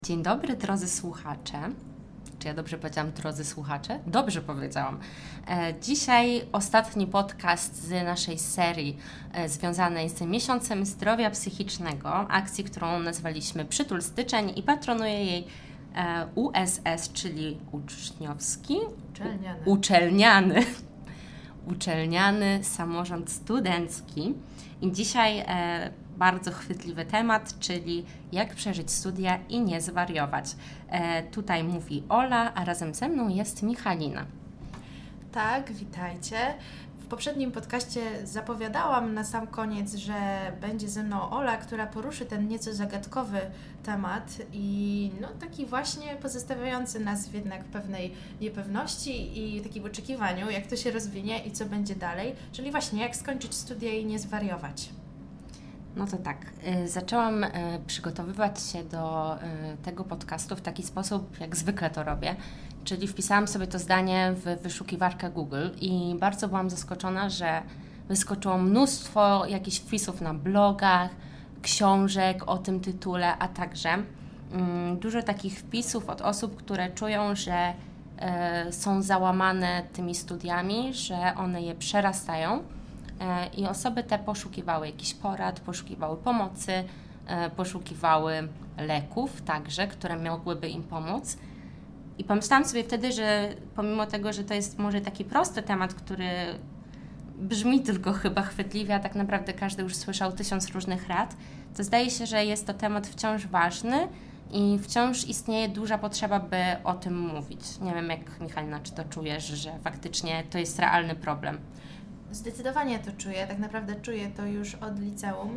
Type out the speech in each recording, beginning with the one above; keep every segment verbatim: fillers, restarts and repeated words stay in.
Dzień dobry, drodzy słuchacze. Czy ja dobrze powiedziałam, drodzy słuchacze? Dobrze powiedziałam. E, dzisiaj ostatni podcast z naszej serii e, związanej z Miesiącem Zdrowia Psychicznego, akcji, którą nazwaliśmy Przytul Styczeń i patronuje jej e, U S S, czyli uczniowski, Uczelniany. uczelniany, uczelniany samorząd studencki. I dzisiaj e, bardzo chwytliwy temat, czyli jak przeżyć studia i nie zwariować. E, tutaj mówi Ola, a razem ze mną jest Michalina. Tak, witajcie. W poprzednim podcaście zapowiadałam na sam koniec, że będzie ze mną Ola, która poruszy ten nieco zagadkowy temat i no taki właśnie pozostawiający nas w jednak pewnej niepewności i takim oczekiwaniu, jak to się rozwinie i co będzie dalej, czyli właśnie jak skończyć studia i nie zwariować. No to tak, y, zaczęłam y, przygotowywać się do y, tego podcastu w taki sposób, jak zwykle to robię, czyli wpisałam sobie to zdanie w wyszukiwarkę Google i bardzo byłam zaskoczona, że wyskoczyło mnóstwo jakichś wpisów na blogach, książek o tym tytule, a także y, dużo takich wpisów od osób, które czują, że y, są załamane tymi studiami, że one je przerastają. I osoby te poszukiwały jakichś porad, poszukiwały pomocy, poszukiwały leków także, które mogłyby im pomóc. I pomyślałam sobie wtedy, że pomimo tego, że to jest może taki prosty temat, który brzmi tylko chyba chwytliwie, a tak naprawdę każdy już słyszał tysiąc różnych rad, to zdaje się, że jest to temat wciąż ważny i wciąż istnieje duża potrzeba, by o tym mówić. Nie wiem, jak Michalina, czy to czujesz, że faktycznie to jest realny problem? Zdecydowanie to czuję, tak naprawdę czuję to już od liceum.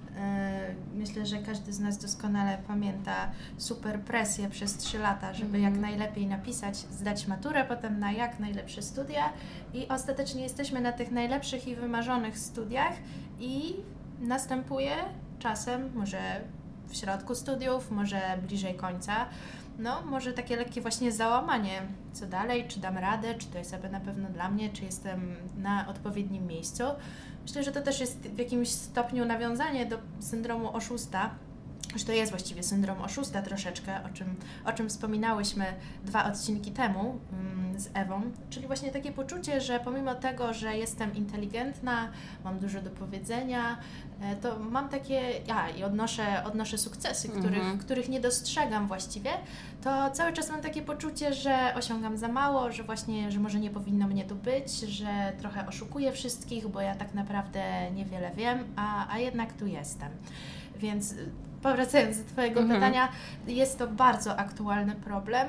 Myślę, że każdy z nas doskonale pamięta super presję przez trzy lata, żeby jak najlepiej napisać, zdać maturę, potem na jak najlepsze studia i ostatecznie jesteśmy na tych najlepszych i wymarzonych studiach i następuje czasem, może w środku studiów, może bliżej końca, no może takie lekkie właśnie załamanie, co dalej, czy dam radę, czy to jest aby na pewno dla mnie, czy jestem na odpowiednim miejscu. Myślę, że to też jest w jakimś stopniu nawiązanie do syndromu oszusta, że to jest właściwie syndrom oszusta troszeczkę, o czym, o czym wspominałyśmy dwa odcinki temu mm, z Ewą, czyli właśnie takie poczucie, że pomimo tego, że jestem inteligentna, mam dużo do powiedzenia, to mam takie, ja i odnoszę, odnoszę sukcesy, których, mm-hmm. których nie dostrzegam właściwie, to cały czas mam takie poczucie, że osiągam za mało, że właśnie, że może nie powinno mnie tu być, że trochę oszukuję wszystkich, bo ja tak naprawdę niewiele wiem, a, a jednak tu jestem. Więc powracając do Twojego mm-hmm. pytania, jest to bardzo aktualny problem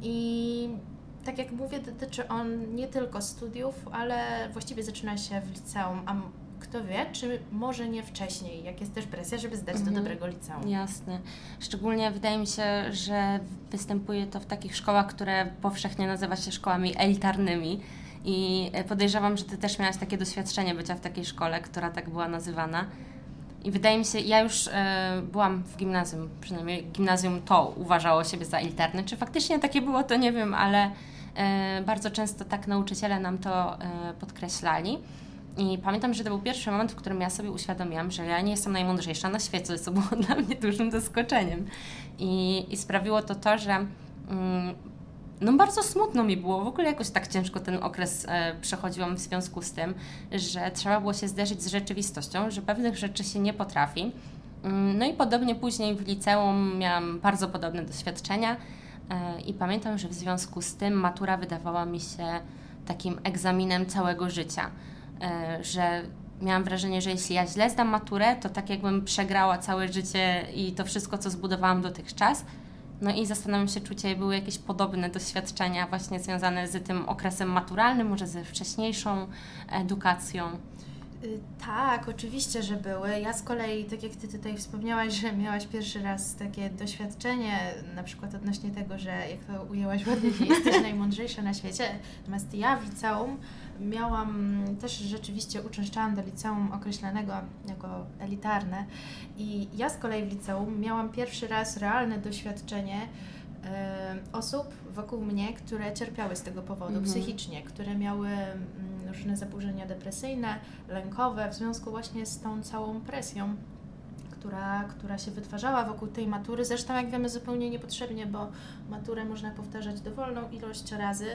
i tak jak mówię, dotyczy on nie tylko studiów, ale właściwie zaczyna się w liceum, a kto wie, czy może nie wcześniej, jak jest też presja, żeby zdać mm-hmm. do dobrego liceum. Jasne. Szczególnie wydaje mi się, że występuje to w takich szkołach, które powszechnie nazywa się szkołami elitarnymi i podejrzewam, że Ty też miałaś takie doświadczenie bycia w takiej szkole, która tak była nazywana. I wydaje mi się, ja już e, byłam w gimnazjum, przynajmniej gimnazjum to uważało siebie za elitarne. Czy faktycznie takie było, to nie wiem, ale e, bardzo często tak nauczyciele nam to e, podkreślali. I pamiętam, że to był pierwszy moment, w którym ja sobie uświadomiłam, że ja nie jestem najmądrzejsza na świecie, co było dla mnie dużym zaskoczeniem. I, i sprawiło to to, że mm, no bardzo smutno mi było, w ogóle jakoś tak ciężko ten okres e, przechodziłam w związku z tym, że trzeba było się zderzyć z rzeczywistością, że pewnych rzeczy się nie potrafi. Mm, no i podobnie później w liceum miałam bardzo podobne doświadczenia e, i pamiętam, że w związku z tym matura wydawała mi się takim egzaminem całego życia, e, że miałam wrażenie, że jeśli ja źle zdam maturę, to tak jakbym przegrała całe życie i to wszystko, co zbudowałam dotychczas. No i zastanawiam się, czy Ciebie były jakieś podobne doświadczenia właśnie związane z tym okresem maturalnym, może ze wcześniejszą edukacją? Yy, tak, oczywiście, że były. Ja z kolei, tak jak Ty tutaj wspomniałaś, że miałaś pierwszy raz takie doświadczenie, na przykład odnośnie tego, że jak to ujęłaś ładnie, że jesteś najmądrzejsza na świecie. Natomiast ja w liceum miałam, też rzeczywiście uczęszczałam do liceum określanego jako elitarne i ja z kolei w liceum miałam pierwszy raz realne doświadczenie y, osób wokół mnie, które cierpiały z tego powodu mm-hmm. psychicznie, które miały mm, różne zaburzenia depresyjne, lękowe w związku właśnie z tą całą presją, która, która się wytwarzała wokół tej matury. Zresztą, jak wiemy, zupełnie niepotrzebnie, bo maturę można powtarzać dowolną ilość razy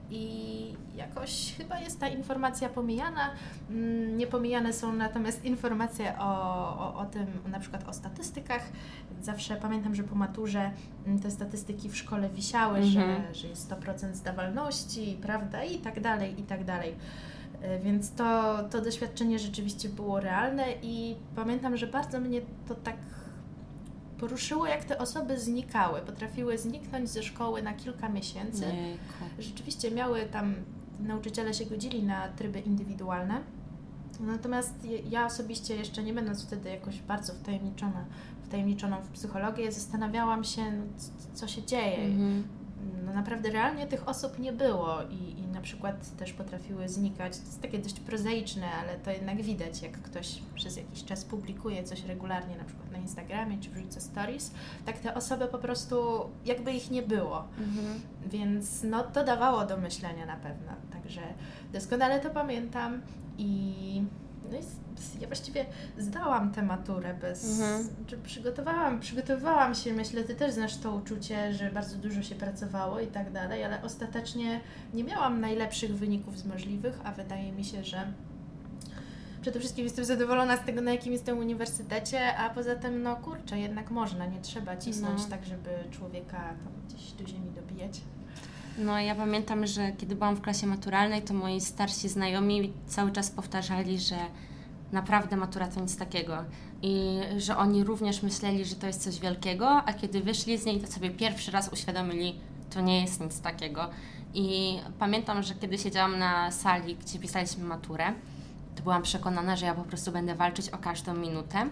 i jakoś chyba jest ta informacja pomijana. Nie pomijane są natomiast informacje o, o, o tym, na przykład o statystykach. Zawsze pamiętam, że po maturze te statystyki w szkole wisiały, mhm. że, że jest sto procent zdawalności, prawda, i tak dalej, i tak dalej. Więc to, to doświadczenie rzeczywiście było realne i pamiętam, że bardzo mnie to tak poruszyło, jak te osoby znikały. Potrafiły zniknąć ze szkoły na kilka miesięcy. Jejku. Rzeczywiście miały tam, nauczyciele się godzili na tryby indywidualne. Natomiast ja osobiście, jeszcze nie będąc wtedy jakoś bardzo wtajemniczona, wtajemniczoną w psychologię, zastanawiałam się, no, co się dzieje. Mhm. No naprawdę realnie tych osób nie było i, i na przykład też potrafiły znikać. To jest takie dość prozaiczne, ale to jednak widać, jak ktoś przez jakiś czas publikuje coś regularnie, na przykład na Instagramie czy wrzuca stories, tak te osoby po prostu jakby ich nie było. Mhm. Więc no to dawało do myślenia na pewno. Także doskonale to pamiętam i no i ja właściwie zdałam tę maturę bez, mhm. czy przygotowałam, przygotowywałam się, myślę, Ty też znasz to uczucie, że bardzo dużo się pracowało i tak dalej, ale ostatecznie nie miałam najlepszych wyników z możliwych, a wydaje mi się, że przede wszystkim jestem zadowolona z tego, na jakim jestem uniwersytecie, a poza tym, no kurczę, jednak można, nie trzeba cisnąć no. tak, żeby człowieka tam gdzieś do ziemi dobijać. No ja pamiętam, że kiedy byłam w klasie maturalnej, to moi starsi znajomi cały czas powtarzali, że naprawdę matura to nic takiego i że oni również myśleli, że to jest coś wielkiego, a kiedy wyszli z niej, to sobie pierwszy raz uświadomili, to nie jest nic takiego. I pamiętam, że kiedy siedziałam na sali, gdzie pisaliśmy maturę, to byłam przekonana, że ja po prostu będę walczyć o każdą minutę.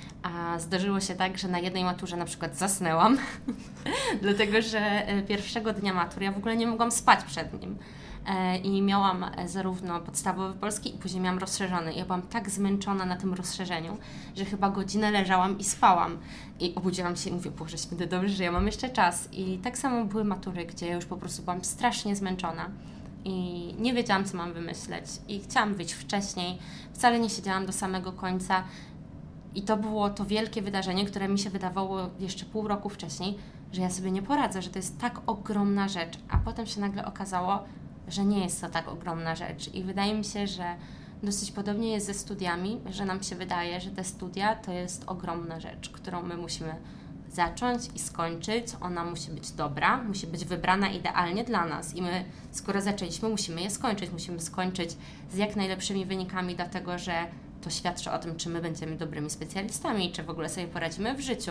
A zdarzyło się tak, że na jednej maturze na przykład zasnęłam, dlatego że pierwszego dnia matury ja w ogóle nie mogłam spać przed nim. I miałam zarówno podstawowy polski i później miałam rozszerzony. I ja byłam tak zmęczona na tym rozszerzeniu, że chyba godzinę leżałam i spałam. I obudziłam się i mówię, Boże święty, dobrze, że ja mam jeszcze czas. I tak samo były matury, gdzie ja już po prostu byłam strasznie zmęczona. I nie wiedziałam, co mam wymyśleć. I chciałam wyjść wcześniej. Wcale nie siedziałam do samego końca. I to było to wielkie wydarzenie, które mi się wydawało jeszcze pół roku wcześniej, że ja sobie nie poradzę, że to jest tak ogromna rzecz. A potem się nagle okazało, że nie jest to tak ogromna rzecz. I wydaje mi się, że dosyć podobnie jest ze studiami, że nam się wydaje, że te studia to jest ogromna rzecz, którą my musimy zacząć i skończyć. Ona musi być dobra, musi być wybrana idealnie dla nas. I my, skoro zaczęliśmy, musimy je skończyć. Musimy skończyć z jak najlepszymi wynikami, dlatego że to świadczy o tym, czy my będziemy dobrymi specjalistami, czy w ogóle sobie poradzimy w życiu.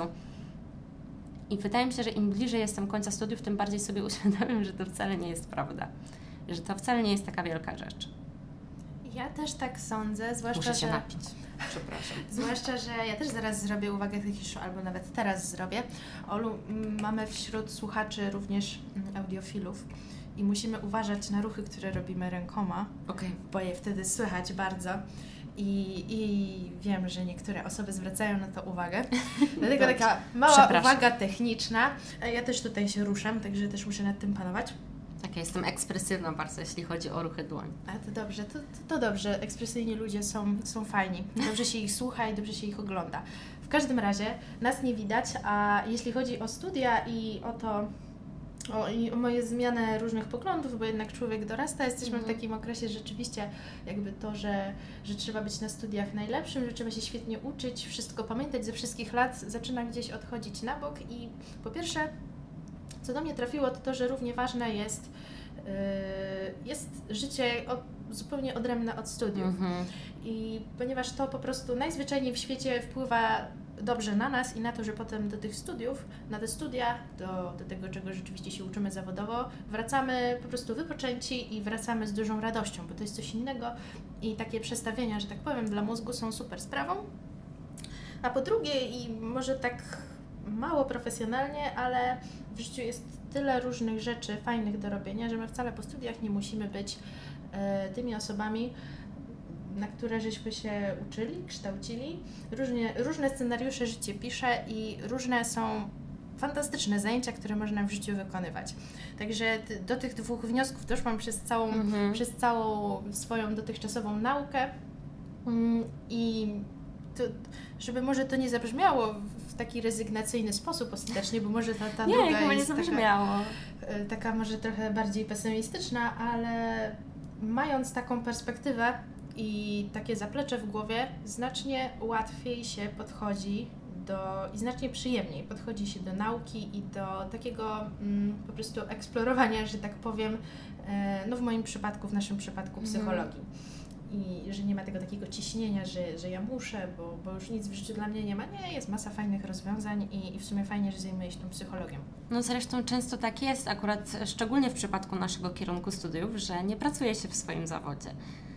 I wydaje mi się, że im bliżej jestem końca studiów, tym bardziej sobie uświadamiam, że to wcale nie jest prawda. Że to wcale nie jest taka wielka rzecz. Ja też tak sądzę, zwłaszcza, Muszę się że... napić. Przepraszam. Zwłaszcza, że ja też zaraz zrobię uwagę techniczną, albo nawet teraz zrobię. Olu, mamy wśród słuchaczy również audiofilów i musimy uważać na ruchy, które robimy rękoma, okay. bo je wtedy słychać bardzo. I, I wiem, że niektóre osoby zwracają na to uwagę. Dlatego taka mała uwaga techniczna. Ja też tutaj się ruszam, także też muszę nad tym panować. Tak, ja jestem ekspresywna bardzo, jeśli chodzi o ruchy dłoń. A to dobrze, to, to, to dobrze. Ekspresyjni ludzie są, są fajni. Dobrze się ich słucha i dobrze się ich ogląda. W każdym razie nas nie widać, a jeśli chodzi o studia i o to, O, i o moje zmiany różnych poglądów, bo jednak człowiek dorasta, jesteśmy mm. w takim okresie rzeczywiście jakby to, że, że trzeba być na studiach najlepszym, że trzeba się świetnie uczyć, wszystko pamiętać ze wszystkich lat, zaczyna gdzieś odchodzić na bok i po pierwsze, co do mnie trafiło, to to, że równie ważne jest, yy, jest życie od, zupełnie odrębne od studiów. Mm-hmm. I ponieważ to po prostu najzwyczajniej w świecie wpływa dobrze na nas i na to, że potem do tych studiów, na te studia, do, do tego, czego rzeczywiście się uczymy zawodowo, wracamy po prostu wypoczęci i wracamy z dużą radością, bo to jest coś innego i takie przestawienia, że tak powiem, dla mózgu są super sprawą. A po drugie, i może tak mało profesjonalnie, ale w życiu jest tyle różnych rzeczy fajnych do robienia, że my wcale po studiach nie musimy być e, tymi osobami, na które żeśmy się uczyli, kształcili. Różnie, różne scenariusze życie pisze i różne są fantastyczne zajęcia, które można w życiu wykonywać. Także do tych dwóch wniosków doszłam przez całą, mm-hmm. przez całą swoją dotychczasową naukę i to, żeby może to nie zabrzmiało w taki rezygnacyjny sposób ostatecznie, bo może ta, ta nie, druga chyba jest nie zabrzmiało. Taka, taka może trochę bardziej pesymistyczna, ale mając taką perspektywę i takie zaplecze w głowie, znacznie łatwiej się podchodzi do, i znacznie przyjemniej podchodzi się do nauki i do takiego mm, po prostu eksplorowania, że tak powiem, e, no w moim przypadku, w naszym przypadku psychologii. I że nie ma tego takiego ciśnienia, że, że ja muszę, bo, bo już nic w życiu dla mnie nie ma. Nie, jest masa fajnych rozwiązań i, i w sumie fajnie, że zajmuję się tą psychologią. No zresztą często tak jest, akurat szczególnie w przypadku naszego kierunku studiów, że nie pracuje się w swoim zawodzie.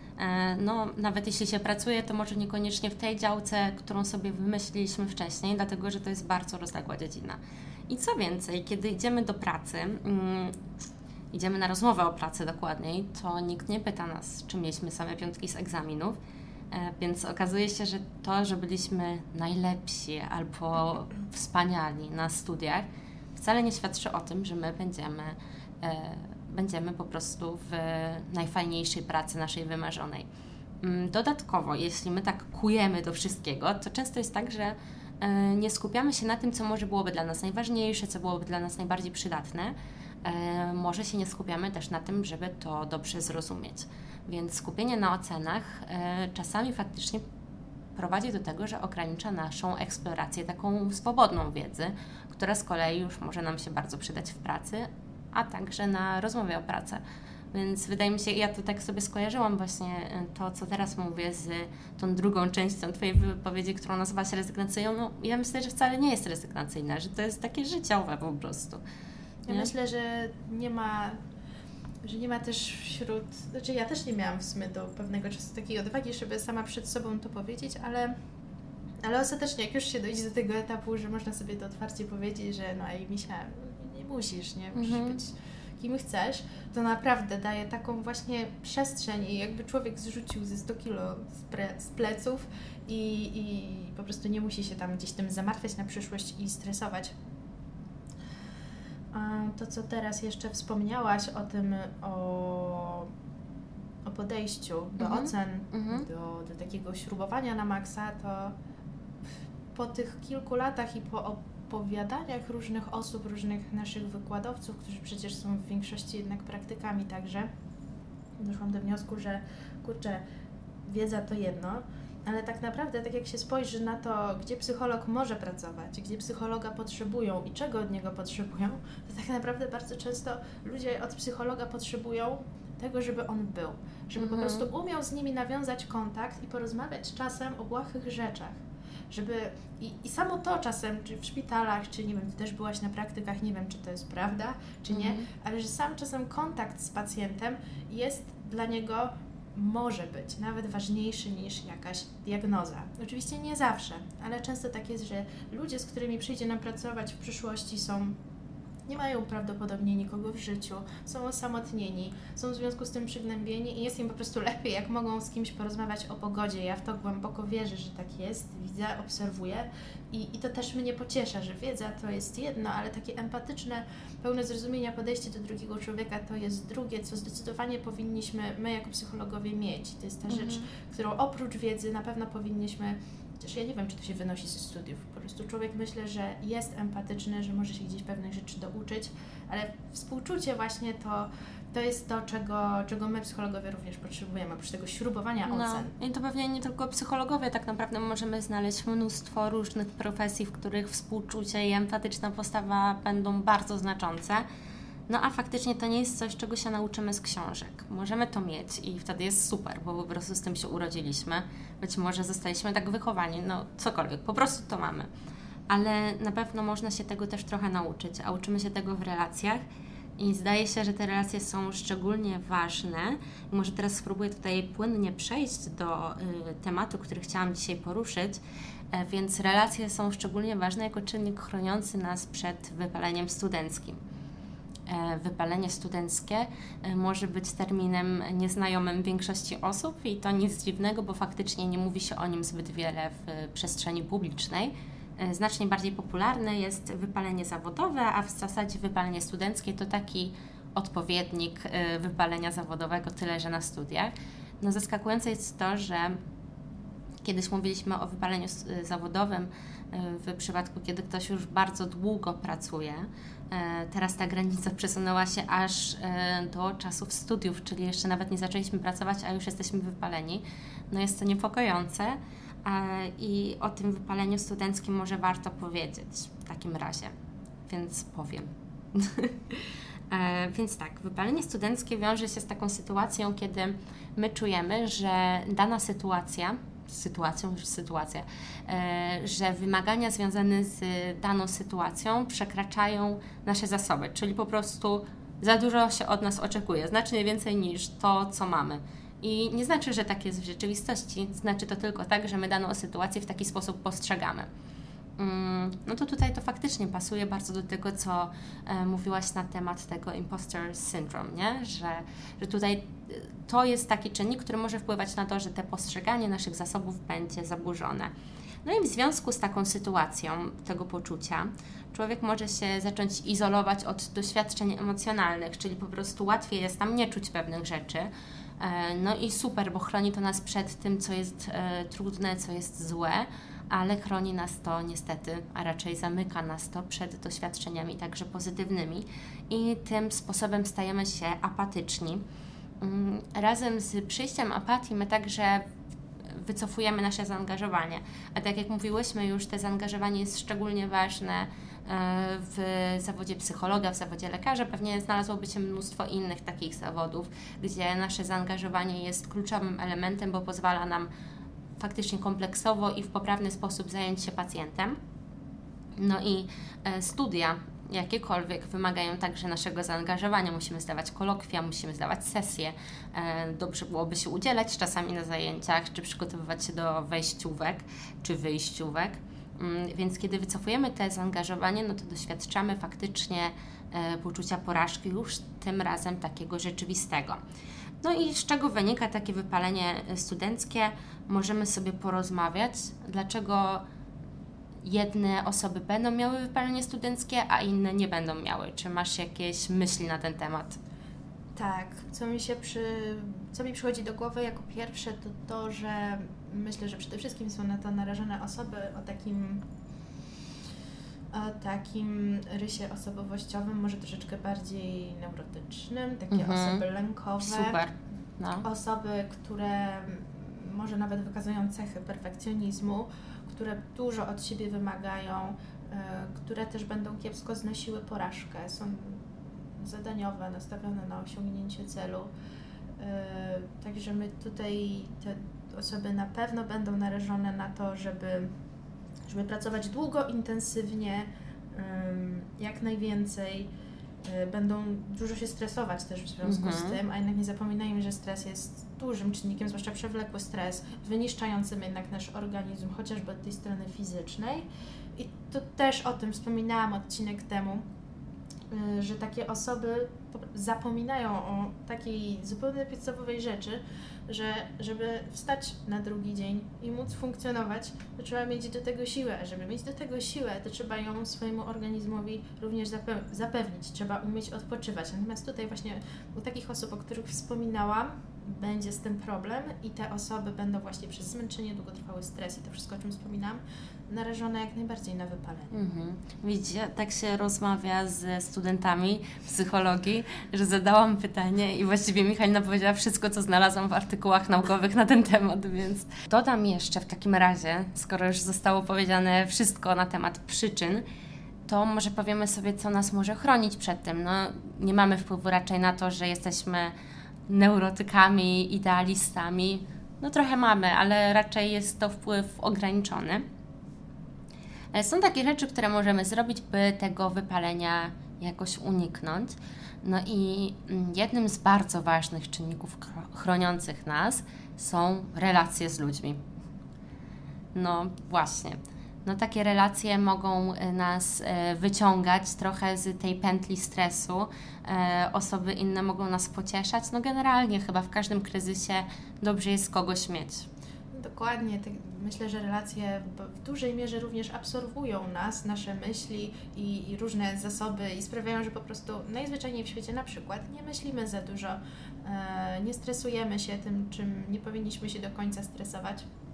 No, nawet jeśli się pracuje, to może niekoniecznie w tej działce, którą sobie wymyśliliśmy wcześniej, dlatego że to jest bardzo rozległa dziedzina. I co więcej, kiedy idziemy do pracy, mm, idziemy na rozmowę o pracy dokładniej, to nikt nie pyta nas, czy mieliśmy same piątki z egzaminów, e, więc okazuje się, że to, że byliśmy najlepsi albo wspaniali na studiach, wcale nie świadczy o tym, że my będziemy e, będziemy po prostu w najfajniejszej pracy naszej wymarzonej. Dodatkowo, jeśli my tak kujemy do wszystkiego, to często jest tak, że nie skupiamy się na tym, co może byłoby dla nas najważniejsze, co byłoby dla nas najbardziej przydatne. Może się nie skupiamy też na tym, żeby to dobrze zrozumieć. Więc skupienie na ocenach czasami faktycznie prowadzi do tego, że ogranicza naszą eksplorację, taką swobodną wiedzy, która z kolei już może nam się bardzo przydać w pracy, a także na rozmowie o pracę. Więc wydaje mi się, ja to tak sobie skojarzyłam właśnie to, co teraz mówię z tą drugą częścią Twojej wypowiedzi, którą nazywałaś rezygnacyjną. No, ja myślę, że wcale nie jest rezygnacyjna, że to jest takie życiowe po prostu. Ja myślę, że nie ma, że nie ma też wśród, znaczy ja też nie miałam w sumie do pewnego czasu takiej odwagi, żeby sama przed sobą to powiedzieć, ale ale ostatecznie jak już się dojdzie do tego etapu, że można sobie to otwarcie powiedzieć, że no ej Misia, nie musisz, nie? Musisz mhm. być kim chcesz, to naprawdę daje taką właśnie przestrzeń i jakby człowiek zrzucił ze sto kilo z, pre, z pleców i, i po prostu nie musi się tam gdzieś tym zamartwiać na przyszłość i stresować. A to, co teraz jeszcze wspomniałaś o tym, o, o podejściu do mhm. ocen, mhm. do, do takiego śrubowania na maksa, to po tych kilku latach i po opowiadaniach różnych osób, różnych naszych wykładowców, którzy przecież są w większości jednak praktykami także, doszłam do wniosku, że kurczę, wiedza to jedno, ale tak naprawdę, tak jak się spojrzy na to, gdzie psycholog może pracować, gdzie psychologa potrzebują i czego od niego potrzebują, to tak naprawdę bardzo często ludzie od psychologa potrzebują tego, żeby on był, żeby mhm. po prostu umiał z nimi nawiązać kontakt i porozmawiać czasem o błahych rzeczach. Żeby i, i samo to czasem, czy w szpitalach, czy nie wiem, ty też byłaś na praktykach, nie wiem, czy to jest prawda, czy nie, mm. ale że sam czasem kontakt z pacjentem jest dla niego, może być nawet ważniejszy niż jakaś diagnoza. Oczywiście nie zawsze, ale często tak jest, że ludzie, z którymi przyjdzie nam pracować w przyszłości, są nie mają prawdopodobnie nikogo w życiu, są osamotnieni, są w związku z tym przygnębieni i jest im po prostu lepiej, jak mogą z kimś porozmawiać o pogodzie. Ja w to głęboko wierzę, że tak jest, widzę, obserwuję i, i to też mnie pociesza, że wiedza to jest jedno, ale takie empatyczne, pełne zrozumienia podejście do drugiego człowieka to jest drugie, co zdecydowanie powinniśmy my jako psychologowie mieć. To jest ta mhm. rzecz, którą oprócz wiedzy na pewno powinniśmy. Chociaż ja nie wiem, czy to się wynosi ze studiów. Po prostu człowiek myślę, że jest empatyczny, że może się gdzieś pewnych rzeczy douczyć, ale współczucie właśnie to, to jest to, czego, czego my psychologowie również potrzebujemy, oprócz tego śrubowania no, ocen. I to pewnie nie tylko psychologowie, tak naprawdę możemy znaleźć mnóstwo różnych profesji, w których współczucie i empatyczna postawa będą bardzo znaczące. No a faktycznie to nie jest coś, czego się nauczymy z książek. Możemy to mieć i wtedy jest super, bo po prostu z tym się urodziliśmy. Być może zostaliśmy tak wychowani, no cokolwiek, po prostu to mamy. Ale na pewno można się tego też trochę nauczyć, a uczymy się tego w relacjach i zdaje się, że te relacje są szczególnie ważne. I może teraz spróbuję tutaj płynnie przejść do y, tematu, który chciałam dzisiaj poruszyć. E, więc relacje są szczególnie ważne jako czynnik chroniący nas przed wypaleniem studenckim. Wypalenie studenckie może być terminem nieznajomym większości osób i to nic dziwnego, bo faktycznie nie mówi się o nim zbyt wiele w przestrzeni publicznej. Znacznie bardziej popularne jest wypalenie zawodowe, a w zasadzie wypalenie studenckie to taki odpowiednik wypalenia zawodowego, tyle że na studiach. No zaskakujące jest to, że Kiedyś mówiliśmy o wypaleniu zawodowym w przypadku, kiedy ktoś już bardzo długo pracuje. Teraz ta granica przesunęła się aż do czasów studiów, czyli jeszcze nawet nie zaczęliśmy pracować, a już jesteśmy wypaleni. No jest to niepokojące i o tym wypaleniu studenckim może warto powiedzieć w takim razie, więc powiem. Więc tak, wypalenie studenckie wiąże się z taką sytuacją, kiedy my czujemy, że dana sytuacja, sytuacją, sytuacja, że wymagania związane z daną sytuacją przekraczają nasze zasoby, czyli po prostu za dużo się od nas oczekuje, znacznie więcej niż to, co mamy. I nie znaczy, że tak jest w rzeczywistości, znaczy to tylko tak, że my daną sytuację w taki sposób postrzegamy. No to tutaj to faktycznie pasuje bardzo do tego, co e, mówiłaś na temat tego imposter syndrome, nie? Że, że tutaj to jest taki czynnik, który może wpływać na to, że te postrzeganie naszych zasobów będzie zaburzone. No i w związku z taką sytuacją tego poczucia człowiek może się zacząć izolować od doświadczeń emocjonalnych, czyli po prostu łatwiej jest tam nie czuć pewnych rzeczy. E, no i super, bo chroni to nas przed tym, co jest e, trudne, co jest złe, ale chroni nas to niestety, a raczej zamyka nas to przed doświadczeniami także pozytywnymi i tym sposobem stajemy się apatyczni. Razem z przyjściem apatii my także wycofujemy nasze zaangażowanie, a tak jak mówiłyśmy już, to zaangażowanie jest szczególnie ważne w zawodzie psychologa, w zawodzie lekarza. Pewnie znalazłoby się mnóstwo innych takich zawodów, gdzie nasze zaangażowanie jest kluczowym elementem, bo pozwala nam faktycznie kompleksowo i w poprawny sposób zająć się pacjentem. No i e, studia jakiekolwiek wymagają także naszego zaangażowania. Musimy zdawać kolokwia, musimy zdawać sesje. E, dobrze byłoby się udzielać czasami na zajęciach, czy przygotowywać się do wejściówek, czy wyjściówek. Mm, więc kiedy wycofujemy te zaangażowanie, no to doświadczamy faktycznie e, poczucia porażki, już tym razem takiego rzeczywistego. No i z czego wynika takie wypalenie studenckie? Możemy sobie porozmawiać, dlaczego jedne osoby będą miały wypalenie studenckie, a inne nie będą miały. Czy masz jakieś myśli na ten temat? Tak, co mi się przy, co mi przychodzi do głowy jako pierwsze, to to, że myślę, że przede wszystkim są na to narażone osoby o takim o takim rysie osobowościowym, może troszeczkę bardziej neurotycznym, takie mhm. osoby lękowe. Super. No. Osoby, które może nawet wykazują cechy perfekcjonizmu, które dużo od siebie wymagają, y, które też będą kiepsko znosiły porażkę, są zadaniowe, nastawione na osiągnięcie celu. Y, także my tutaj te osoby na pewno będą narażone na to, żeby, żeby pracować długo, intensywnie, y, jak najwięcej. Y, będą dużo się stresować też w związku mhm. z tym, a jednak nie zapominajmy, że stres jest dużym czynnikiem, zwłaszcza przewlekły stres, wyniszczającym jednak nasz organizm, chociażby od tej strony fizycznej. I to też o tym wspominałam odcinek temu, że takie osoby zapominają o takiej zupełnie podstawowej rzeczy, że żeby wstać na drugi dzień i móc funkcjonować, to trzeba mieć do tego siłę. A żeby mieć do tego siłę, to trzeba ją swojemu organizmowi również zape- zapewnić. Trzeba umieć odpoczywać. Natomiast tutaj właśnie u takich osób, o których wspominałam, będzie z tym problem i te osoby będą właśnie przez zmęczenie, długotrwały stres i to wszystko, o czym wspominałam, narażone jak najbardziej na wypalenie. Mhm. Widzicie, tak się rozmawia ze studentami psychologii, że zadałam pytanie i właściwie Michalina powiedziała wszystko, co znalazłam w artykułach naukowych na ten temat, więc dodam jeszcze w takim razie, skoro już zostało powiedziane wszystko na temat przyczyn, to może powiemy sobie, co nas może chronić przed tym. No, nie mamy wpływu raczej na to, że jesteśmy neurotykami, idealistami. No trochę mamy, ale raczej jest to wpływ ograniczony. Ale są takie rzeczy, które możemy zrobić, by tego wypalenia jakoś uniknąć. No i jednym z bardzo ważnych czynników chroniących nas są relacje z ludźmi. No właśnie. No takie relacje mogą nas wyciągać trochę z tej pętli stresu. Osoby inne mogą nas pocieszać. No generalnie chyba w każdym kryzysie dobrze jest kogoś mieć. Dokładnie. Myślę, że relacje w dużej mierze również absorbują nas, nasze myśli i, i różne zasoby i sprawiają, że po prostu najzwyczajniej w świecie na przykład nie myślimy za dużo, nie stresujemy się tym, czym nie powinniśmy się do końca stresować.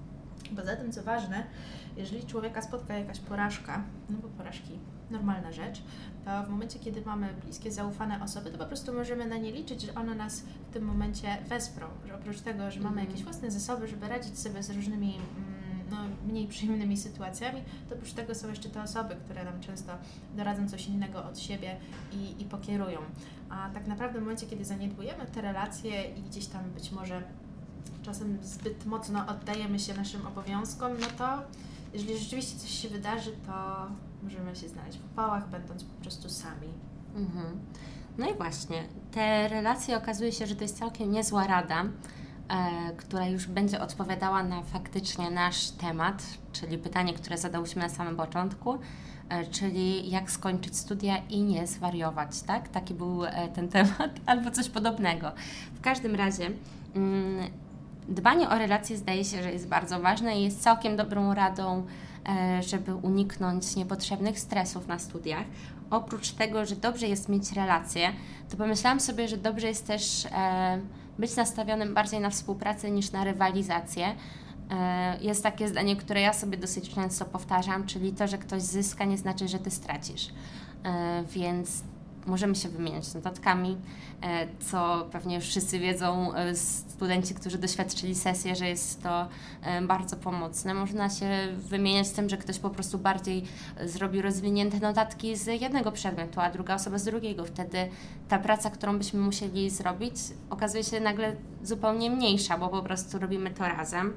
Poza tym, co ważne, jeżeli człowieka spotka jakaś porażka, no bo porażki normalna rzecz, to w momencie, kiedy mamy bliskie, zaufane osoby, to po prostu możemy na nie liczyć, że one nas w tym momencie wesprą, że oprócz tego, że mamy jakieś własne zasoby, żeby radzić sobie z różnymi no, mniej przyjemnymi sytuacjami, to oprócz tego są jeszcze te osoby, które nam często doradzą coś innego od siebie i, i pokierują. A tak naprawdę w momencie, kiedy zaniedbujemy te relacje i gdzieś tam być może czasem zbyt mocno oddajemy się naszym obowiązkom, no to jeżeli rzeczywiście coś się wydarzy, to możemy się znaleźć w upałach, będąc po prostu sami. Mhm. No i właśnie, te relacje okazuje się, że to jest całkiem niezła rada, e, która już będzie odpowiadała na faktycznie nasz temat, czyli pytanie, które zadałyśmy na samym początku, e, czyli jak skończyć studia i nie zwariować, tak? Taki był e, ten temat, albo coś podobnego. W każdym razie mm, dbanie o relacje zdaje się, że jest bardzo ważne i jest całkiem dobrą radą, żeby uniknąć niepotrzebnych stresów na studiach. Oprócz tego, że dobrze jest mieć relacje, to pomyślałam sobie, że dobrze jest też być nastawionym bardziej na współpracę niż na rywalizację. Jest takie zdanie, które ja sobie dosyć często powtarzam, czyli to, że ktoś zyska, nie znaczy, że Ty stracisz. Więc możemy się wymieniać notatkami, co pewnie już wszyscy wiedzą, studenci, którzy doświadczyli sesję, że jest to bardzo pomocne. Można się wymieniać tym, że ktoś po prostu bardziej zrobił rozwinięte notatki z jednego przedmiotu, a druga osoba z drugiego. Wtedy ta praca, którą byśmy musieli zrobić, okazuje się nagle zupełnie mniejsza, bo po prostu robimy to razem.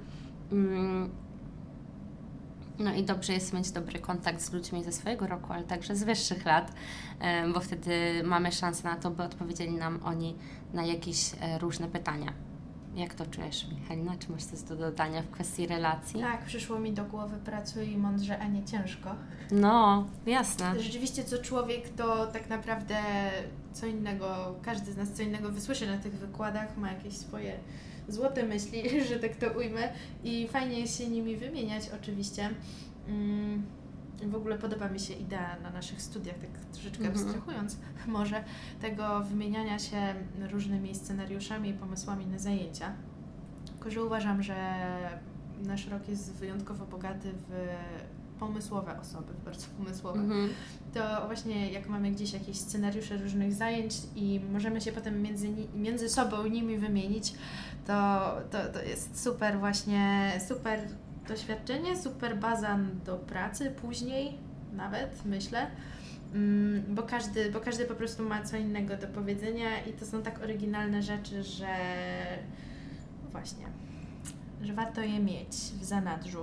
No i dobrze jest mieć dobry kontakt z ludźmi ze swojego roku, ale także z wyższych lat, bo wtedy mamy szansę na to, by odpowiedzieli nam oni na jakieś różne pytania. Jak to czujesz, Michalina? Czy masz coś do dodania w kwestii relacji? Tak, przyszło mi do głowy pracuj mądrze, a nie ciężko. No, jasne. Rzeczywiście co człowiek, to tak naprawdę co innego, każdy z nas co innego wysłyszy na tych wykładach, ma jakieś swoje złote myśli, że tak to ujmę, i fajnie jest się nimi wymieniać oczywiście. Mm, w ogóle podoba mi się idea na naszych studiach, tak troszeczkę mm-hmm. abstrahując może, tego wymieniania się różnymi scenariuszami i pomysłami na zajęcia. Tylko że uważam, że nasz rok jest wyjątkowo bogaty w pomysłowe osoby, bardzo pomysłowe. Mm-hmm. To właśnie jak mamy gdzieś jakieś scenariusze różnych zajęć i możemy się potem między, między sobą nimi wymienić, to, to, to jest super właśnie, super doświadczenie, super baza do pracy później nawet, myślę, mm, bo każdy, bo każdy po prostu ma co innego do powiedzenia i to są tak oryginalne rzeczy, że właśnie, że warto je mieć w zanadrzu.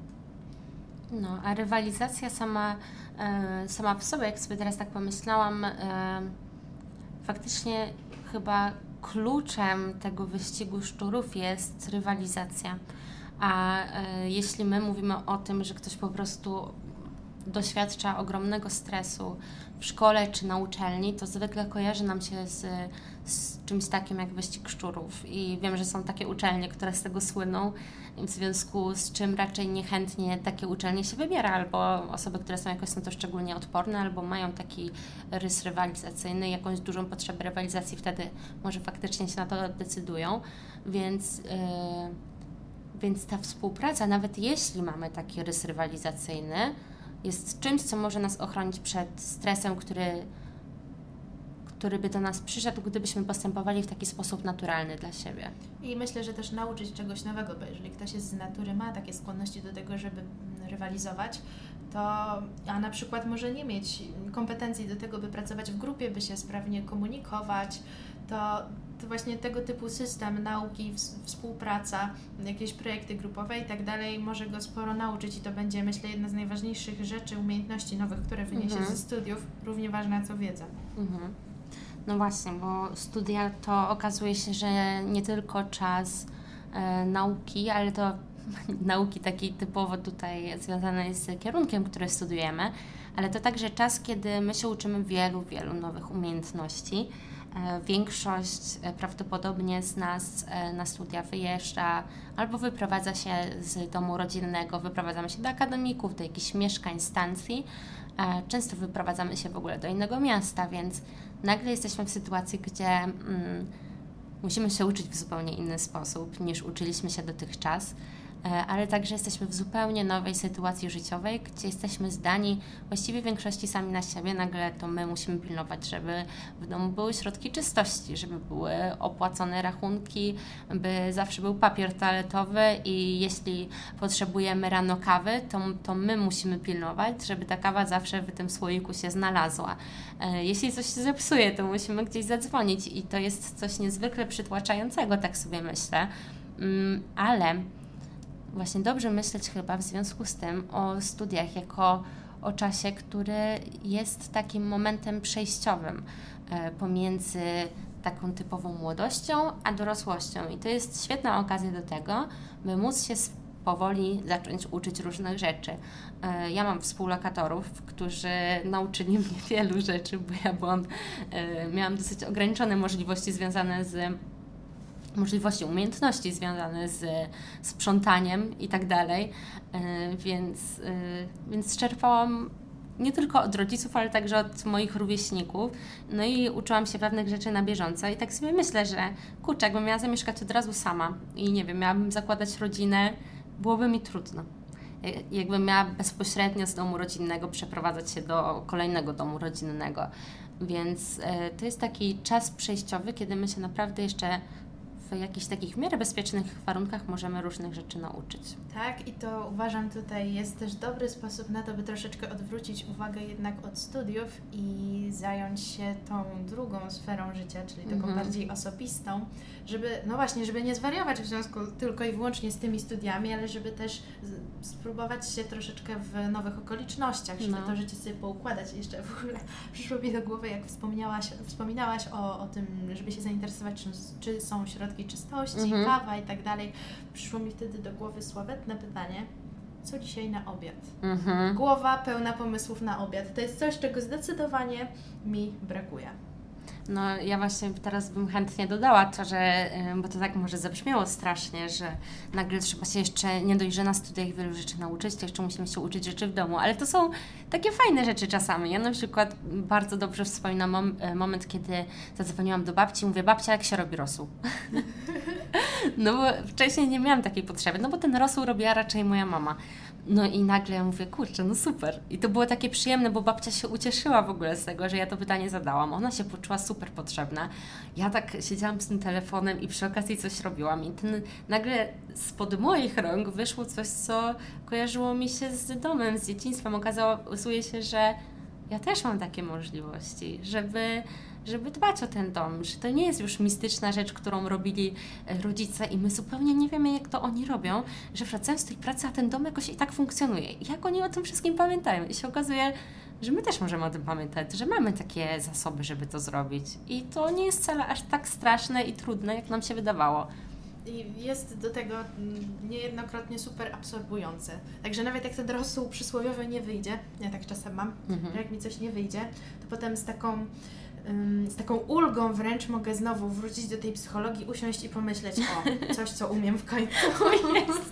No, a rywalizacja sama, e, sama w sobie, jak sobie teraz tak pomyślałam, e, faktycznie chyba kluczem tego wyścigu szczurów jest rywalizacja. A e, jeśli my mówimy o tym, że ktoś po prostu doświadcza ogromnego stresu w szkole czy na uczelni, to zwykle kojarzy nam się z, z czymś takim jak wyścig szczurów. I wiem, że są takie uczelnie, które z tego słyną, w związku z czym raczej niechętnie takie uczelnie się wybiera, albo osoby, które są jakoś na to szczególnie odporne, albo mają taki rys rywalizacyjny, jakąś dużą potrzebę rywalizacji, wtedy może faktycznie się na to decydują. Więc, yy, więc ta współpraca, nawet jeśli mamy taki rys rywalizacyjny, jest czymś, co może nas ochronić przed stresem, który, który by do nas przyszedł, gdybyśmy postępowali w taki sposób naturalny dla siebie. I myślę, że też nauczyć czegoś nowego, bo jeżeli ktoś jest z natury, ma takie skłonności do tego, żeby rywalizować, to a na przykład może nie mieć kompetencji do tego, by pracować w grupie, by się sprawnie komunikować, to, to właśnie tego typu system nauki, współpraca, jakieś projekty grupowe i tak dalej może go sporo nauczyć i to będzie, myślę, jedna z najważniejszych rzeczy, umiejętności nowych, które wyniesie mhm. ze studiów, równie ważna co wiedza. Mhm. No właśnie, bo studia to okazuje się, że nie tylko czas e, nauki, ale to nauki takiej typowo tutaj związanej z kierunkiem, który studujemy, ale to także czas, kiedy my się uczymy wielu, wielu nowych umiejętności. E, większość e, prawdopodobnie z nas e, na studia wyjeżdża albo wyprowadza się z domu rodzinnego, wyprowadzamy się do akademików, do jakichś mieszkań, stacji. E, często wyprowadzamy się w ogóle do innego miasta, więc nagle jesteśmy w sytuacji, gdzie mm, musimy się uczyć w zupełnie inny sposób niż uczyliśmy się dotychczas. ale także jesteśmy w zupełnie nowej sytuacji życiowej, gdzie jesteśmy zdani właściwie w większości sami na siebie. Nagle to my musimy pilnować, żeby w domu były środki czystości, żeby były opłacone rachunki, by zawsze był papier toaletowy i jeśli potrzebujemy rano kawy, to, to my musimy pilnować, żeby ta kawa zawsze w tym słoiku się znalazła. Jeśli coś się zepsuje, to musimy gdzieś zadzwonić i to jest coś niezwykle przytłaczającego, tak sobie myślę, ale właśnie dobrze myśleć chyba w związku z tym o studiach jako o czasie, który jest takim momentem przejściowym pomiędzy taką typową młodością a dorosłością i to jest świetna okazja do tego, by móc się powoli zacząć uczyć różnych rzeczy. Ja mam współlokatorów, którzy nauczyli mnie wielu rzeczy, bo ja byłam, miałam dosyć ograniczone możliwości związane z możliwości, umiejętności związane z sprzątaniem i tak dalej, więc, więc czerpałam nie tylko od rodziców, ale także od moich rówieśników, no i uczyłam się pewnych rzeczy na bieżąco i tak sobie myślę, że kurczę, jakbym miała zamieszkać od razu sama i nie wiem, miałabym zakładać rodzinę, byłoby mi trudno. Jakbym miała bezpośrednio z domu rodzinnego przeprowadzać się do kolejnego domu rodzinnego, więc to jest taki czas przejściowy, kiedy my się naprawdę jeszcze w jakichś takich w miarę bezpiecznych warunkach możemy różnych rzeczy nauczyć. Tak, i to uważam tutaj jest też dobry sposób na to, by troszeczkę odwrócić uwagę jednak od studiów i zająć się tą drugą sferą życia, czyli taką mm-hmm. bardziej osobistą, żeby, no właśnie, żeby nie zwariować w związku tylko i wyłącznie z tymi studiami, ale żeby też z, spróbować się troszeczkę w nowych okolicznościach, żeby no. to życie sobie poukładać. I jeszcze w ogóle przyszło mi do głowy, jak wspomniałaś, wspominałaś o, o tym, żeby się zainteresować, czy, czy są środki czystości, mhm. kawa i tak dalej. Przyszło mi wtedy do głowy sławetne pytanie, co dzisiaj na obiad? Mhm. Głowa pełna pomysłów na obiad. To jest coś, czego zdecydowanie mi brakuje. No ja właśnie teraz bym chętnie dodała to, że, bo to tak może zabrzmiało strasznie, że nagle trzeba się jeszcze, nie dość, że na studiach wielu rzeczy nauczyć, to jeszcze musimy się uczyć rzeczy w domu, ale to są takie fajne rzeczy czasami. Ja na przykład bardzo dobrze wspominam mom, moment, kiedy zadzwoniłam do babci i mówię, babcia, jak się robi rosół? No bo wcześniej nie miałam takiej potrzeby, no bo ten rosół robiła raczej moja mama. No i nagle ja mówię, kurczę, no super. I to było takie przyjemne, bo babcia się ucieszyła w ogóle z tego, że ja to pytanie zadałam. Ona się poczuła super potrzebna. Ja tak siedziałam z tym telefonem i przy okazji coś robiłam. I ten, nagle spod moich rąk wyszło coś, co kojarzyło mi się z domem, z dzieciństwem. Okazuje się, że ja też mam takie możliwości, żeby... żeby dbać o ten dom, że to nie jest już mistyczna rzecz, którą robili rodzice i my zupełnie nie wiemy, jak to oni robią, że wracając z tej pracy, a ten dom jakoś i tak funkcjonuje. I jak oni o tym wszystkim pamiętają? I się okazuje, że my też możemy o tym pamiętać, że mamy takie zasoby, żeby to zrobić. I to nie jest wcale aż tak straszne i trudne, jak nam się wydawało. I jest do tego niejednokrotnie super absorbujące. Także nawet jak ten rosół przysłowiowy nie wyjdzie, ja tak czasem mam, mhm. że jak mi coś nie wyjdzie, to potem z taką z taką ulgą wręcz mogę znowu wrócić do tej psychologii, usiąść i pomyśleć, o, coś, co umiem w końcu. Jest.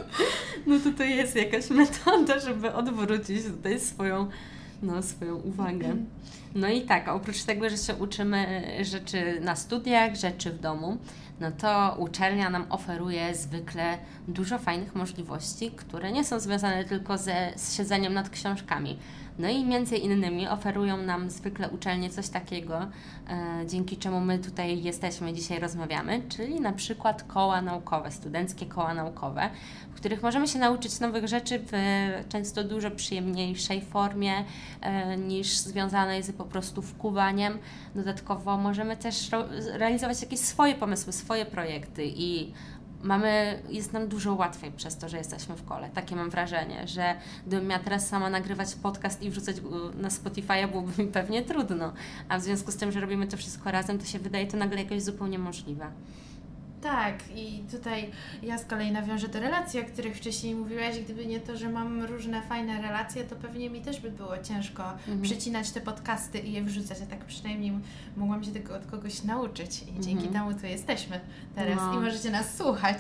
No tutaj jest jakaś metoda, żeby odwrócić tutaj swoją, no, swoją uwagę. No i tak, oprócz tego, że się uczymy rzeczy na studiach, rzeczy w domu, no to uczelnia nam oferuje zwykle dużo fajnych możliwości, które nie są związane tylko ze z siedzeniem nad książkami. No i między innymi oferują nam zwykle uczelnie coś takiego, e, dzięki czemu my tutaj jesteśmy, dzisiaj rozmawiamy, czyli na przykład koła naukowe, studenckie koła naukowe, w których możemy się nauczyć nowych rzeczy w często dużo przyjemniejszej formie e, niż związane jest po prostu wkuwaniem. Dodatkowo możemy też ro- realizować jakieś swoje pomysły, swoje projekty i Mamy, jest nam dużo łatwiej przez to, że jesteśmy w kole. Takie mam wrażenie, że gdybym miała teraz sama nagrywać podcast i wrzucać na Spotify'a, byłoby mi pewnie trudno. A w związku z tym, że robimy to wszystko razem, to się wydaje to nagle jakoś zupełnie możliwe. Tak, i tutaj ja z kolei nawiążę do relacji, o których wcześniej mówiłaś. Gdyby nie to, że mam różne fajne relacje, to pewnie mi też by było ciężko mhm. przycinać te podcasty i je wrzucać, a tak przynajmniej mogłam się tego od kogoś nauczyć i dzięki mhm. temu tu jesteśmy teraz no. i możecie nas słuchać.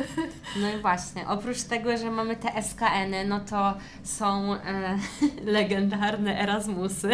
No i właśnie, oprócz tego, że mamy te S K N-y, no to są e, legendarne Erasmusy.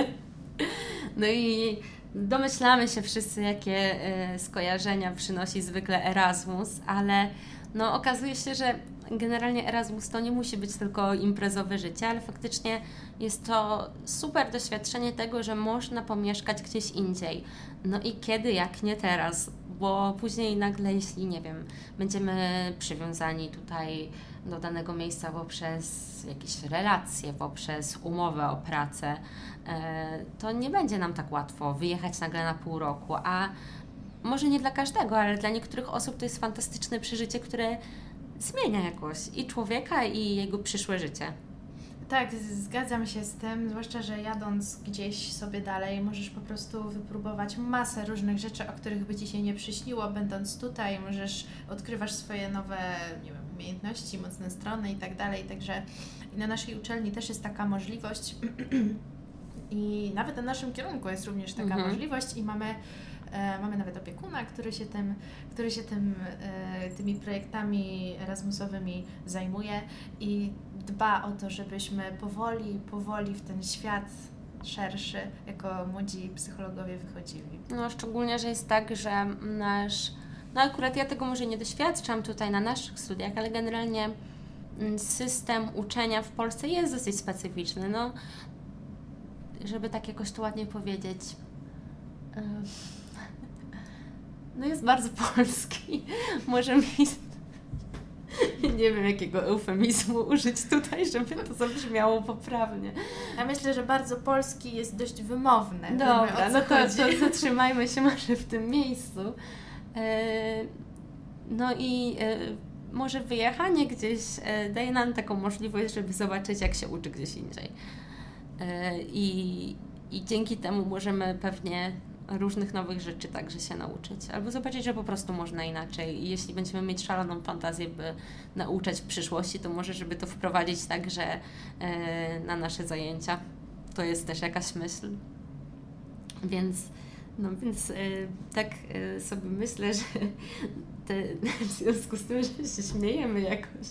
No i domyślamy się wszyscy, jakie y, skojarzenia przynosi zwykle Erasmus, ale no, okazuje się, że generalnie Erasmus to nie musi być tylko imprezowe życie, ale faktycznie jest to super doświadczenie tego, że można pomieszkać gdzieś indziej. No i kiedy, jak nie teraz, bo później nagle, jeśli, nie wiem, będziemy przywiązani tutaj do danego miejsca poprzez jakieś relacje, poprzez umowę o pracę, to nie będzie nam tak łatwo wyjechać nagle na pół roku, a może nie dla każdego, ale dla niektórych osób to jest fantastyczne przeżycie, które zmienia jakoś i człowieka, i jego przyszłe życie. Tak, zgadzam się z tym, zwłaszcza, że jadąc gdzieś sobie dalej możesz po prostu wypróbować masę różnych rzeczy, o których by Ci się nie przyśniło, będąc tutaj, możesz, odkrywasz swoje nowe, nie wiem, umiejętności, mocne strony i tak dalej, także na naszej uczelni też jest taka możliwość i nawet na naszym kierunku jest również taka mhm. możliwość i mamy E, mamy nawet opiekuna, który się tym, który się tym, e, tymi projektami Erasmusowymi zajmuje i dba o to, żebyśmy powoli, powoli w ten świat szerszy jako młodzi psychologowie wychodzili. No szczególnie, że jest tak, że nasz, no akurat ja tego może nie doświadczam tutaj na naszych studiach, ale generalnie system uczenia w Polsce jest dosyć specyficzny, no żeby tak jakoś to ładnie powiedzieć. Y- No jest bardzo polski. Może mi... Nie wiem, jakiego eufemizmu użyć tutaj, żeby to zabrzmiało poprawnie. Ja myślę, że bardzo polski jest dość wymowny. Dobra, no to, to zatrzymajmy się może w tym miejscu. No i może wyjechanie gdzieś daje nam taką możliwość, żeby zobaczyć, jak się uczy gdzieś indziej. I, i dzięki temu możemy pewnie różnych nowych rzeczy także się nauczyć. Albo zobaczyć, że po prostu można inaczej. I jeśli będziemy mieć szaloną fantazję, by nauczać w przyszłości, to może, żeby to wprowadzić także e, na nasze zajęcia. To jest też jakaś myśl. Więc, no więc e, tak e, sobie myślę, że te, w związku z tym, że się śmiejemy jakoś.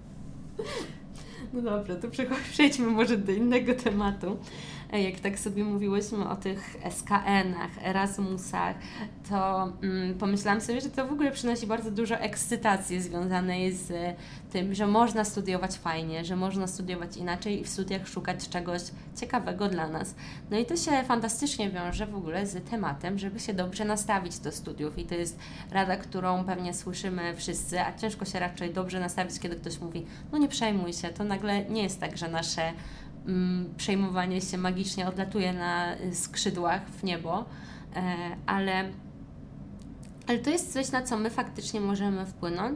No dobra, to przejdźmy może do innego tematu. Jak tak sobie mówiłyśmy o tych S K N-ach, Erasmusach, to mm, pomyślałam sobie, że to w ogóle przynosi bardzo dużo ekscytacji związanej z tym, że można studiować fajnie, że można studiować inaczej i w studiach szukać czegoś ciekawego dla nas. No i to się fantastycznie wiąże w ogóle z tematem, żeby się dobrze nastawić do studiów i to jest rada, którą pewnie słyszymy wszyscy, a ciężko się raczej dobrze nastawić, kiedy ktoś mówi, no nie przejmuj się, to nagle nie jest tak, że nasze przejmowanie się magicznie odlatuje na skrzydłach w niebo, ale, ale to jest coś, na co my faktycznie możemy wpłynąć.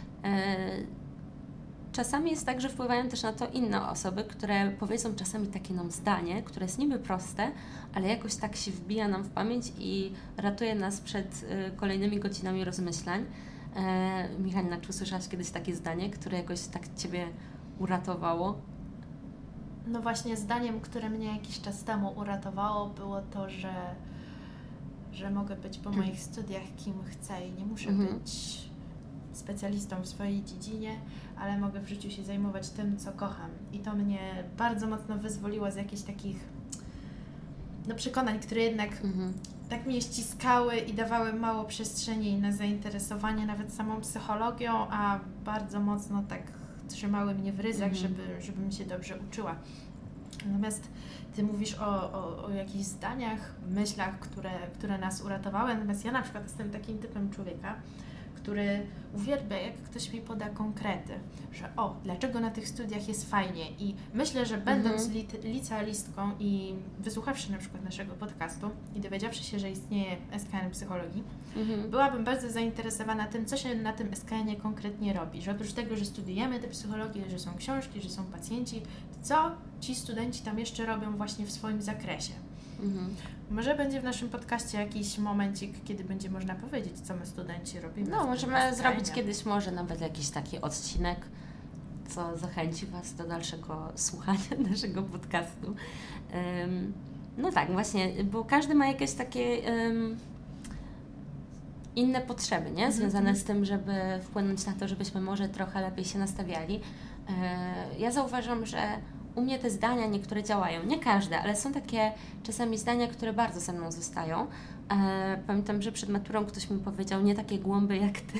Czasami jest tak, że wpływają też na to inne osoby, które powiedzą czasami takie nam zdanie, które jest niby proste, ale jakoś tak się wbija nam w pamięć i ratuje nas przed kolejnymi godzinami rozmyślań. Michalina, czy usłyszałaś kiedyś takie zdanie, które jakoś tak Ciebie uratowało? No właśnie zdaniem, które mnie jakiś czas temu uratowało, było to, że, że mogę być po moich studiach kim chcę i nie muszę mhm. być specjalistą w swojej dziedzinie, ale mogę w życiu się zajmować tym, co kocham. I to mnie bardzo mocno wyzwoliło z jakichś takich no, przekonań, które jednak mhm. tak mnie ściskały i dawały mało przestrzeni na zainteresowanie nawet samą psychologią, a bardzo mocno tak trzymały mnie w ryzach, mhm. żeby, żebym się dobrze uczyła. Natomiast Ty mówisz o, o, o jakichś zdaniach, myślach, które, które nas uratowały, natomiast ja na przykład jestem takim typem człowieka, który uwielbia, jak ktoś mi poda konkrety, że o, dlaczego na tych studiach jest fajnie i myślę, że będąc mhm. li, licealistką i wysłuchawszy na przykład naszego podcastu i dowiedziawszy się, że istnieje S K N psychologii, mhm. byłabym bardzo zainteresowana tym, co się na tym S K N-ie konkretnie robi, że oprócz tego, że studujemy tę psychologię, że są książki, że są pacjenci, co ci studenci tam jeszcze robią właśnie w swoim zakresie. Mhm. Może będzie w naszym podcaście jakiś momencik, kiedy będzie można powiedzieć, co my studenci robimy. No, możemy zrobić kiedyś może nawet jakiś taki odcinek, co zachęci Was do dalszego słuchania naszego podcastu. Um, no tak, właśnie, bo każdy ma jakieś takie um, inne potrzeby, nie? Związane mm-hmm. z tym, żeby wpłynąć na to, żebyśmy może trochę lepiej się nastawiali. Uh, ja zauważam, że u mnie te zdania niektóre działają, nie każde, ale są takie czasami zdania, które bardzo ze mną zostają. E, pamiętam, że przed maturą ktoś mi powiedział, nie takie głąby jak Ty,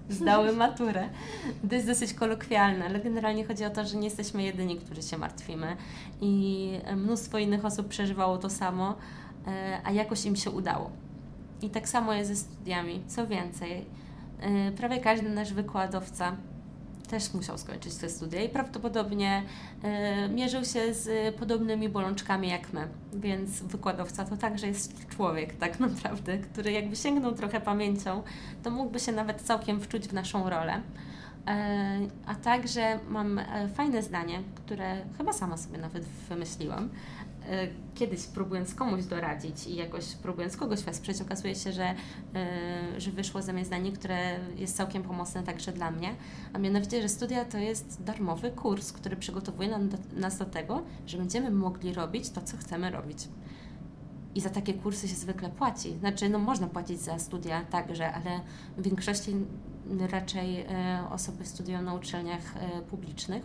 zdały maturę. To jest dosyć kolokwialne, ale generalnie chodzi o to, że nie jesteśmy jedyni, którzy się martwimy i mnóstwo innych osób przeżywało to samo, a jakoś im się udało. I tak samo jest ze studiami. Co więcej, prawie każdy nasz wykładowca też musiał skończyć te studia i prawdopodobnie y, mierzył się z podobnymi bolączkami jak my. Więc wykładowca to także jest człowiek tak naprawdę, który jakby sięgnął trochę pamięcią, to mógłby się nawet całkiem wczuć w naszą rolę. Y, a także mam fajne zdanie, które chyba sama sobie nawet wymyśliłam. Kiedyś próbując komuś doradzić i jakoś próbując kogoś wesprzeć, okazuje się, że, yy, że wyszło ze mnie zdanie, które jest całkiem pomocne także dla mnie, a mianowicie, że studia to jest darmowy kurs, który przygotowuje nam do, nas do tego, że będziemy mogli robić to, co chcemy robić. I za takie kursy się zwykle płaci. Znaczy, no można płacić za studia także, ale w większości raczej yy, osoby studiują na uczelniach yy, publicznych.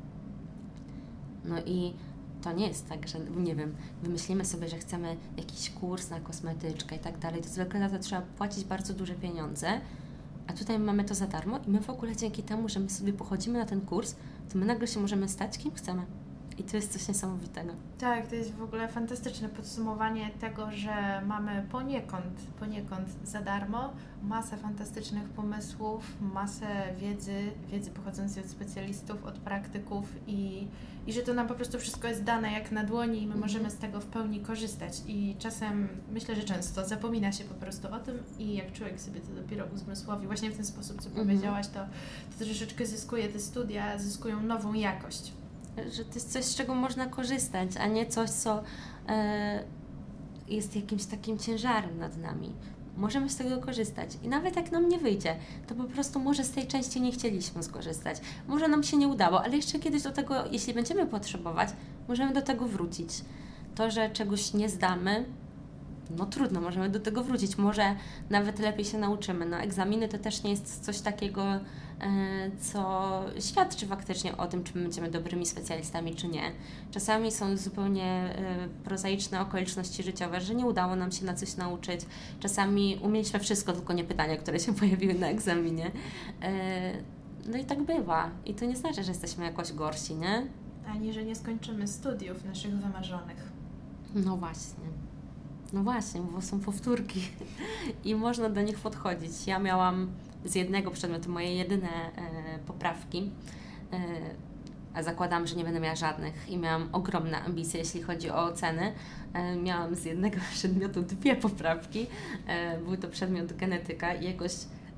No i to nie jest tak, że, nie wiem, wymyślimy sobie, że chcemy jakiś kurs na kosmetyczkę i tak dalej, to zwykle na to trzeba płacić bardzo duże pieniądze, a tutaj mamy to za darmo i my w ogóle dzięki temu, że my sobie pochodzimy na ten kurs, to my nagle się możemy stać kim chcemy. I to jest coś niesamowitego. Tak, to jest w ogóle fantastyczne podsumowanie tego, że mamy poniekąd, poniekąd za darmo masę fantastycznych pomysłów, masę wiedzy, wiedzy pochodzącej od specjalistów, od praktyków i, i że to nam po prostu wszystko jest dane jak na dłoni i my możemy z tego w pełni korzystać. I czasem, myślę, że często zapomina się po prostu o tym i jak człowiek sobie to dopiero uzmysłowi, właśnie w ten sposób, co mhm. powiedziałaś, to, to troszeczkę zyskuje te studia, zyskują nową jakość. Że to jest coś, z czego można korzystać, a nie coś, co e, jest jakimś takim ciężarem nad nami. Możemy z tego korzystać i nawet jak nam nie wyjdzie, to po prostu może z tej części nie chcieliśmy skorzystać. Może nam się nie udało, ale jeszcze kiedyś do tego, jeśli będziemy potrzebować, możemy do tego wrócić. To, że czegoś nie zdamy, no trudno, możemy do tego wrócić. Może nawet lepiej się nauczymy. No egzaminy to też nie jest coś takiego, co świadczy faktycznie o tym, czy my będziemy dobrymi specjalistami, czy nie. Czasami są zupełnie prozaiczne okoliczności życiowe, że nie udało nam się na coś nauczyć. Czasami umieliśmy wszystko, tylko nie pytania, które się pojawiły na egzaminie. No i tak bywa. I to nie znaczy, że jesteśmy jakoś gorsi, nie? Ani, że nie skończymy studiów naszych wymarzonych. No właśnie. No właśnie, bo są powtórki i można do nich podchodzić. Ja miałam z jednego przedmiotu moje jedyne e, poprawki, e, a zakładam, że nie będę miała żadnych i miałam ogromne ambicje, jeśli chodzi o oceny. E, miałam z jednego przedmiotu dwie poprawki, e, był to przedmiot genetyka i jakoś...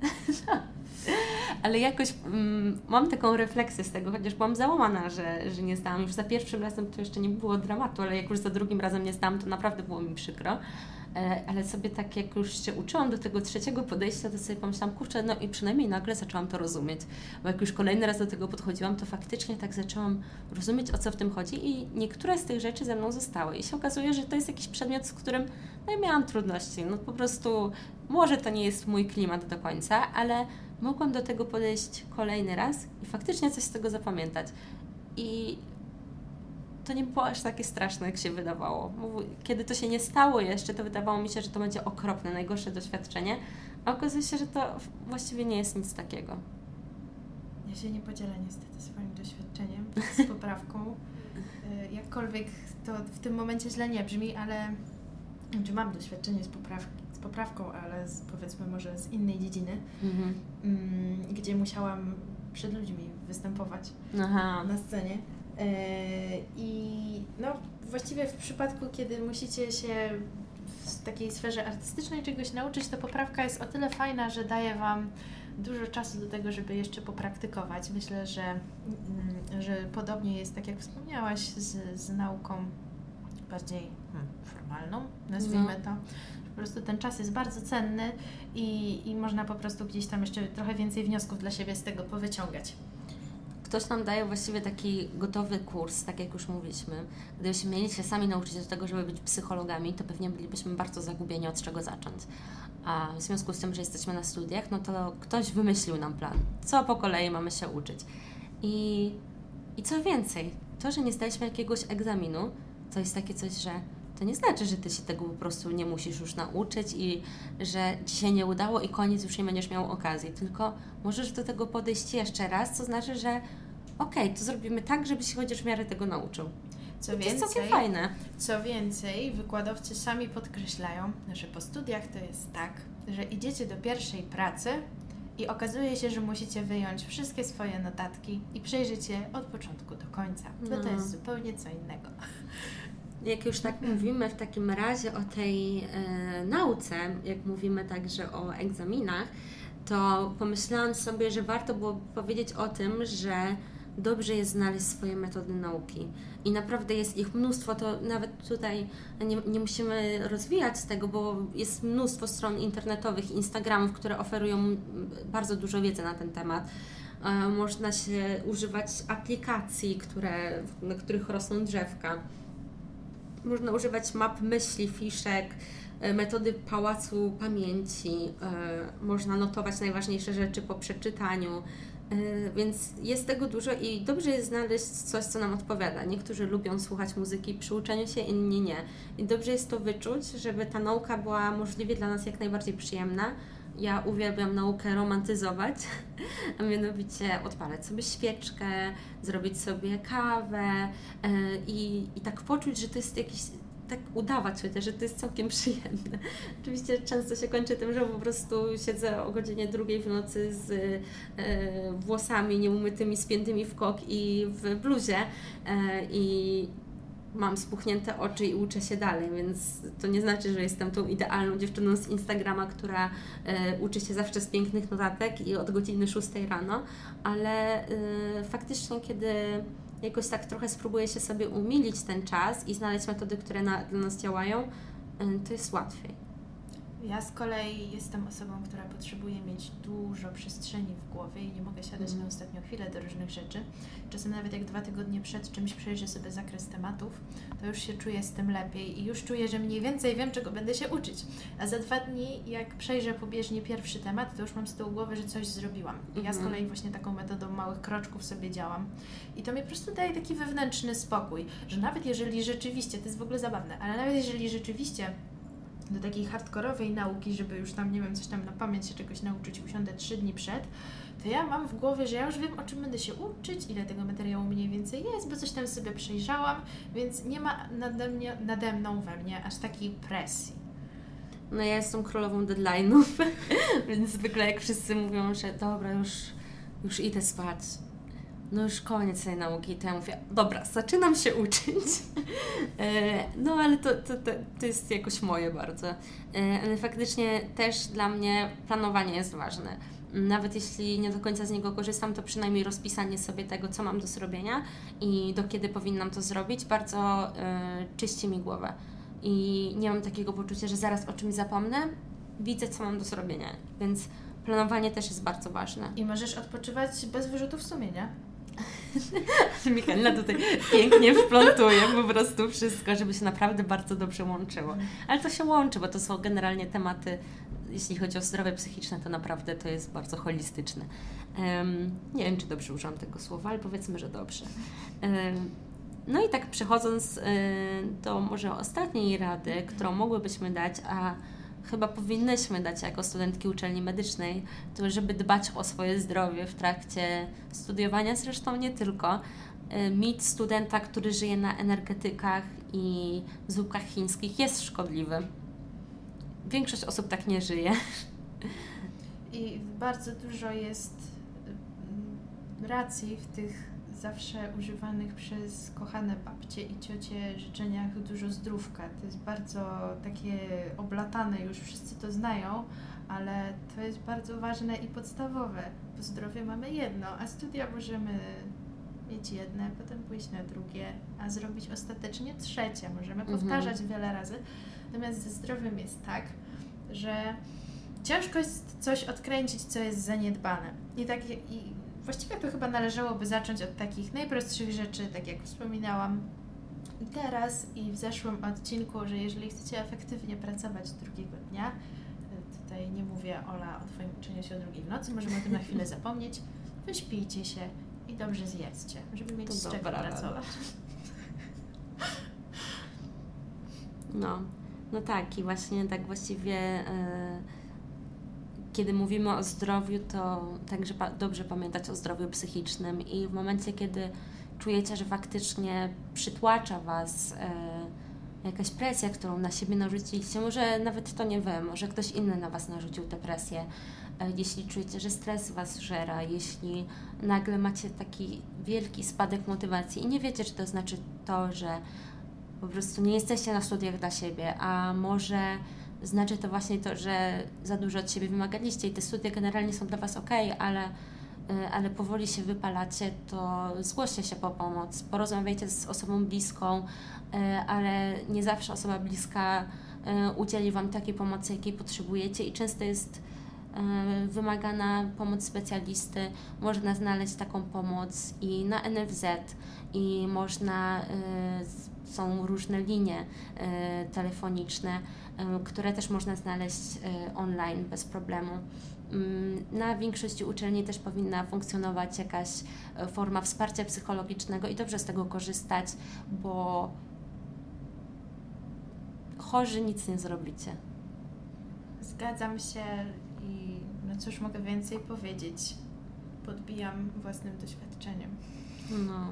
Ale jakoś mm, mam taką refleksję z tego, chociaż byłam załamana, że, że nie zdałam. Już za pierwszym razem to jeszcze nie było dramatu, ale jak już za drugim razem nie zdałam, to naprawdę było mi przykro. E, ale sobie tak jak już się uczyłam do tego trzeciego podejścia, to sobie pomyślałam, kurczę, no i przynajmniej nagle zaczęłam to rozumieć. Bo jak już kolejny raz do tego podchodziłam, to faktycznie tak zaczęłam rozumieć, o co w tym chodzi i niektóre z tych rzeczy ze mną zostały. I się okazuje, że to jest jakiś przedmiot, z którym no ja miałam trudności. No po prostu może to nie jest mój klimat do końca, ale mogłam do tego podejść kolejny raz i faktycznie coś z tego zapamiętać. I to nie było aż takie straszne, jak się wydawało. Kiedy to się nie stało jeszcze, to wydawało mi się, że to będzie okropne, najgorsze doświadczenie, a okazuje się, że to właściwie nie jest nic takiego. Ja się nie podzielę niestety swoim doświadczeniem z poprawką. Jakkolwiek to w tym momencie źle nie brzmi, ale czy mam doświadczenie z poprawki. Z poprawką, ale z, powiedzmy może z innej dziedziny, mhm. m, gdzie musiałam przed ludźmi występować Aha. na scenie. E, I no właściwie w przypadku, kiedy musicie się w takiej sferze artystycznej czegoś nauczyć, to poprawka jest o tyle fajna, że daje Wam dużo czasu do tego, żeby jeszcze popraktykować. Myślę, że, m, że podobnie jest, tak jak wspomniałaś, z, z nauką bardziej hmm, formalną, nazwijmy no. to. Po prostu ten czas jest bardzo cenny i, i można po prostu gdzieś tam jeszcze trochę więcej wniosków dla siebie z tego powyciągać. Ktoś nam daje właściwie taki gotowy kurs, tak jak już mówiliśmy. Gdybyśmy mieli się sami nauczyć do tego, żeby być psychologami, to pewnie bylibyśmy bardzo zagubieni, od czego zacząć. A w związku z tym, że jesteśmy na studiach, no to ktoś wymyślił nam plan, co po kolei mamy się uczyć. I, i co więcej, to, że nie zdaliśmy jakiegoś egzaminu, to jest takie coś, że to nie znaczy, że Ty się tego po prostu nie musisz już nauczyć i że Ci się nie udało i koniec, już nie będziesz miał okazji, tylko możesz do tego podejść jeszcze raz, co znaczy, że okej, okay, to zrobimy tak, żebyś się chociaż w miarę tego nauczył. Co to więcej, jest całkiem fajne. Co więcej, wykładowcy sami podkreślają, że po studiach to jest tak, że idziecie do pierwszej pracy i okazuje się, że musicie wyjąć wszystkie swoje notatki i przejrzeć je od początku do końca. To, no. to jest zupełnie co innego. Jak już tak mówimy w takim razie o tej e, nauce, jak mówimy także o egzaminach, to pomyślałam sobie, że warto było powiedzieć o tym, że dobrze jest znaleźć swoje metody nauki. I naprawdę jest ich mnóstwo, to nawet tutaj nie, nie musimy rozwijać tego, bo jest mnóstwo stron internetowych, Instagramów, które oferują bardzo dużo wiedzy na ten temat. E, można się używać aplikacji, które, na których rosną drzewka. Można używać map myśli, fiszek, metody pałacu pamięci. E, można notować najważniejsze rzeczy po przeczytaniu. Więc jest tego dużo i dobrze jest znaleźć coś, co nam odpowiada. Niektórzy lubią słuchać muzyki przy uczeniu się, inni nie. I dobrze jest to wyczuć, żeby ta nauka była możliwie dla nas jak najbardziej przyjemna. Ja uwielbiam naukę romantyzować, a mianowicie odpalać sobie świeczkę, zrobić sobie kawę i, i tak poczuć, że to jest jakiś... tak udawać chociaż, że to jest całkiem przyjemne. Oczywiście często się kończy tym, że po prostu siedzę o godzinie drugiej w nocy z e, włosami nieumytymi, spiętymi w kok i w bluzie e, i mam spuchnięte oczy i uczę się dalej, więc to nie znaczy, że jestem tą idealną dziewczyną z Instagrama, która e, uczy się zawsze z pięknych notatek i od godziny szóstej rano, ale e, faktycznie kiedy jakoś tak trochę spróbuję się sobie umilić ten czas i znaleźć metody, które na, dla nas działają, to jest łatwiej. Ja z kolei jestem osobą, która potrzebuje mieć dużo przestrzeni w głowie i nie mogę siadać mm. na ostatnią chwilę do różnych rzeczy. Czasem nawet jak dwa tygodnie przed czymś przejrzę sobie zakres tematów, to już się czuję z tym lepiej i już czuję, że mniej więcej wiem, czego będę się uczyć. A za dwa dni, jak przejrzę pobieżnie pierwszy temat, to już mam z tyłu głowy, że coś zrobiłam. I ja z kolei właśnie taką metodą małych kroczków sobie działam. I to mi po prostu daje taki wewnętrzny spokój, że nawet jeżeli rzeczywiście, to jest w ogóle zabawne, ale nawet jeżeli rzeczywiście do takiej hardkorowej nauki, żeby już tam, nie wiem, coś tam na pamięć się czegoś nauczyć, usiądę trzy dni przed, to ja mam w głowie, że ja już wiem, o czym będę się uczyć, ile tego materiału mniej więcej jest, bo coś tam sobie przejrzałam, więc nie ma nade, mnie, nade mną we mnie aż takiej presji. No ja jestem królową deadline'ów, więc zwykle jak wszyscy mówią, że dobra, już, już idę spać, no już koniec tej nauki, to ja mówię, dobra, zaczynam się uczyć. No ale to, to, to, to jest jakoś moje bardzo. Ale faktycznie też dla mnie planowanie jest ważne. Nawet jeśli nie do końca z niego korzystam, to przynajmniej rozpisanie sobie tego, co mam do zrobienia i do kiedy powinnam to zrobić, bardzo czyści mi głowę. I nie mam takiego poczucia, że zaraz o czymś zapomnę, widzę, co mam do zrobienia. Więc planowanie też jest bardzo ważne. I możesz odpoczywać bez wyrzutów sumienia. Michalina tutaj pięknie wplątuje po prostu wszystko, żeby się naprawdę bardzo dobrze łączyło. Ale to się łączy, bo to są generalnie tematy, jeśli chodzi o zdrowie psychiczne, to naprawdę to jest bardzo holistyczne. Um, nie wiem, czy dobrze użyłam tego słowa, ale powiedzmy, że dobrze. Um, no i tak przechodząc um, do może ostatniej rady, którą mogłybyśmy dać, a chyba powinnyśmy dać jako studentki uczelni medycznej, to żeby dbać o swoje zdrowie w trakcie studiowania, zresztą nie tylko. Mit studenta, który żyje na energetykach i zupkach chińskich jest szkodliwy. Większość osób tak nie żyje. I bardzo dużo jest racji w tych zawsze używanych przez kochane babcie i ciocie życzeniach dużo zdrówka. To jest bardzo takie oblatane, już wszyscy to znają, ale to jest bardzo ważne i podstawowe, bo zdrowie mamy jedno, a studia możemy mieć jedne, potem pójść na drugie, a zrobić ostatecznie trzecie. Możemy mhm. powtarzać wiele razy. Natomiast ze zdrowiem jest tak, że ciężko jest coś odkręcić, co jest zaniedbane. I tak i właściwie to chyba należałoby zacząć od takich najprostszych rzeczy, tak jak wspominałam i teraz i w zeszłym odcinku, że jeżeli chcecie efektywnie pracować drugiego dnia, tutaj nie mówię, Ola, o Twoim uczeniu się o drugiej w nocy, możemy o tym na chwilę zapomnieć, wyśpijcie się i dobrze zjedzcie, żeby mieć to z czego pracować. No, no tak i właśnie tak właściwie e, kiedy mówimy o zdrowiu, to także pa- dobrze pamiętać o zdrowiu psychicznym i w momencie, kiedy czujecie, że faktycznie przytłacza Was e, jakaś presja, którą na siebie narzuciliście, może nawet to nie Wy, może ktoś inny na Was narzucił tę presję, e, jeśli czujecie, że stres Was żera, jeśli nagle macie taki wielki spadek motywacji i nie wiecie, czy to znaczy to, że po prostu nie jesteście na studiach dla siebie, a może znaczy to właśnie to, że za dużo od siebie wymagaliście i te studia generalnie są dla Was ok, ale, y, ale powoli się wypalacie, to zgłoście się po pomoc, porozmawiajcie z osobą bliską, y, ale nie zawsze osoba bliska y, udzieli Wam takiej pomocy, jakiej potrzebujecie i często jest y, wymagana pomoc specjalisty. Można znaleźć taką pomoc i na N F Z i można, y, są różne linie y, telefoniczne, y, które też można znaleźć y, online bez problemu. Y, na większości uczelni też powinna funkcjonować jakaś y, forma wsparcia psychologicznego i dobrze z tego korzystać, bo chorzy nic nie zrobicie. Zgadzam się i no cóż mogę więcej powiedzieć. Podbijam własnym doświadczeniem. No.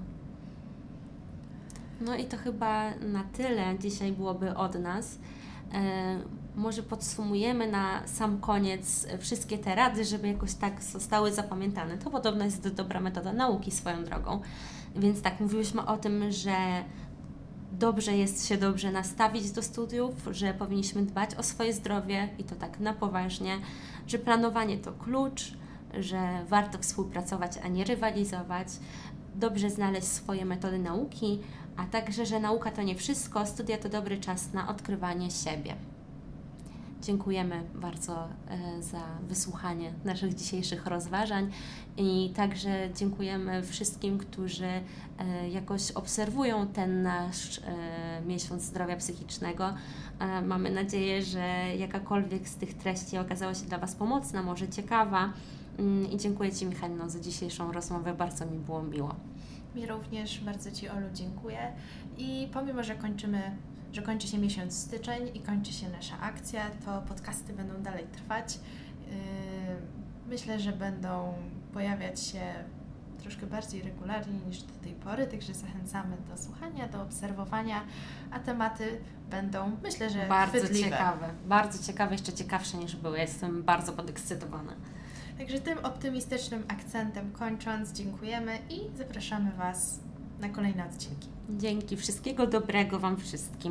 No i to chyba na tyle dzisiaj byłoby od nas. E, może podsumujemy na sam koniec wszystkie te rady, żeby jakoś tak zostały zapamiętane. To podobno jest dobra metoda nauki swoją drogą. Więc tak, mówiłyśmy o tym, że dobrze jest się dobrze nastawić do studiów, że powinniśmy dbać o swoje zdrowie i to tak na poważnie, że planowanie to klucz, że warto współpracować, a nie rywalizować, dobrze znaleźć swoje metody nauki, a także, że nauka to nie wszystko, studia to dobry czas na odkrywanie siebie. Dziękujemy bardzo e, za wysłuchanie naszych dzisiejszych rozważań i także dziękujemy wszystkim, którzy e, jakoś obserwują ten nasz e, miesiąc zdrowia psychicznego. E, mamy nadzieję, że jakakolwiek z tych treści okazała się dla Was pomocna, może ciekawa. I dziękuję Ci, Michalino, za dzisiejszą rozmowę. Bardzo mi było miło. Mi również bardzo Ci, Olu, dziękuję. I pomimo, że kończymy, że kończy się miesiąc styczeń i kończy się nasza akcja, to podcasty będą dalej trwać. Yy, myślę, że będą pojawiać się troszkę bardziej regularnie niż do tej pory, także zachęcamy do słuchania, do obserwowania, a tematy będą, myślę, że bardzo chwytliwe. ciekawe. Bardzo ciekawe, jeszcze ciekawsze niż były. Jestem bardzo podekscytowana. Także tym optymistycznym akcentem kończąc, dziękujemy i zapraszamy Was na kolejne odcinki. Dzięki, wszystkiego dobrego Wam wszystkim.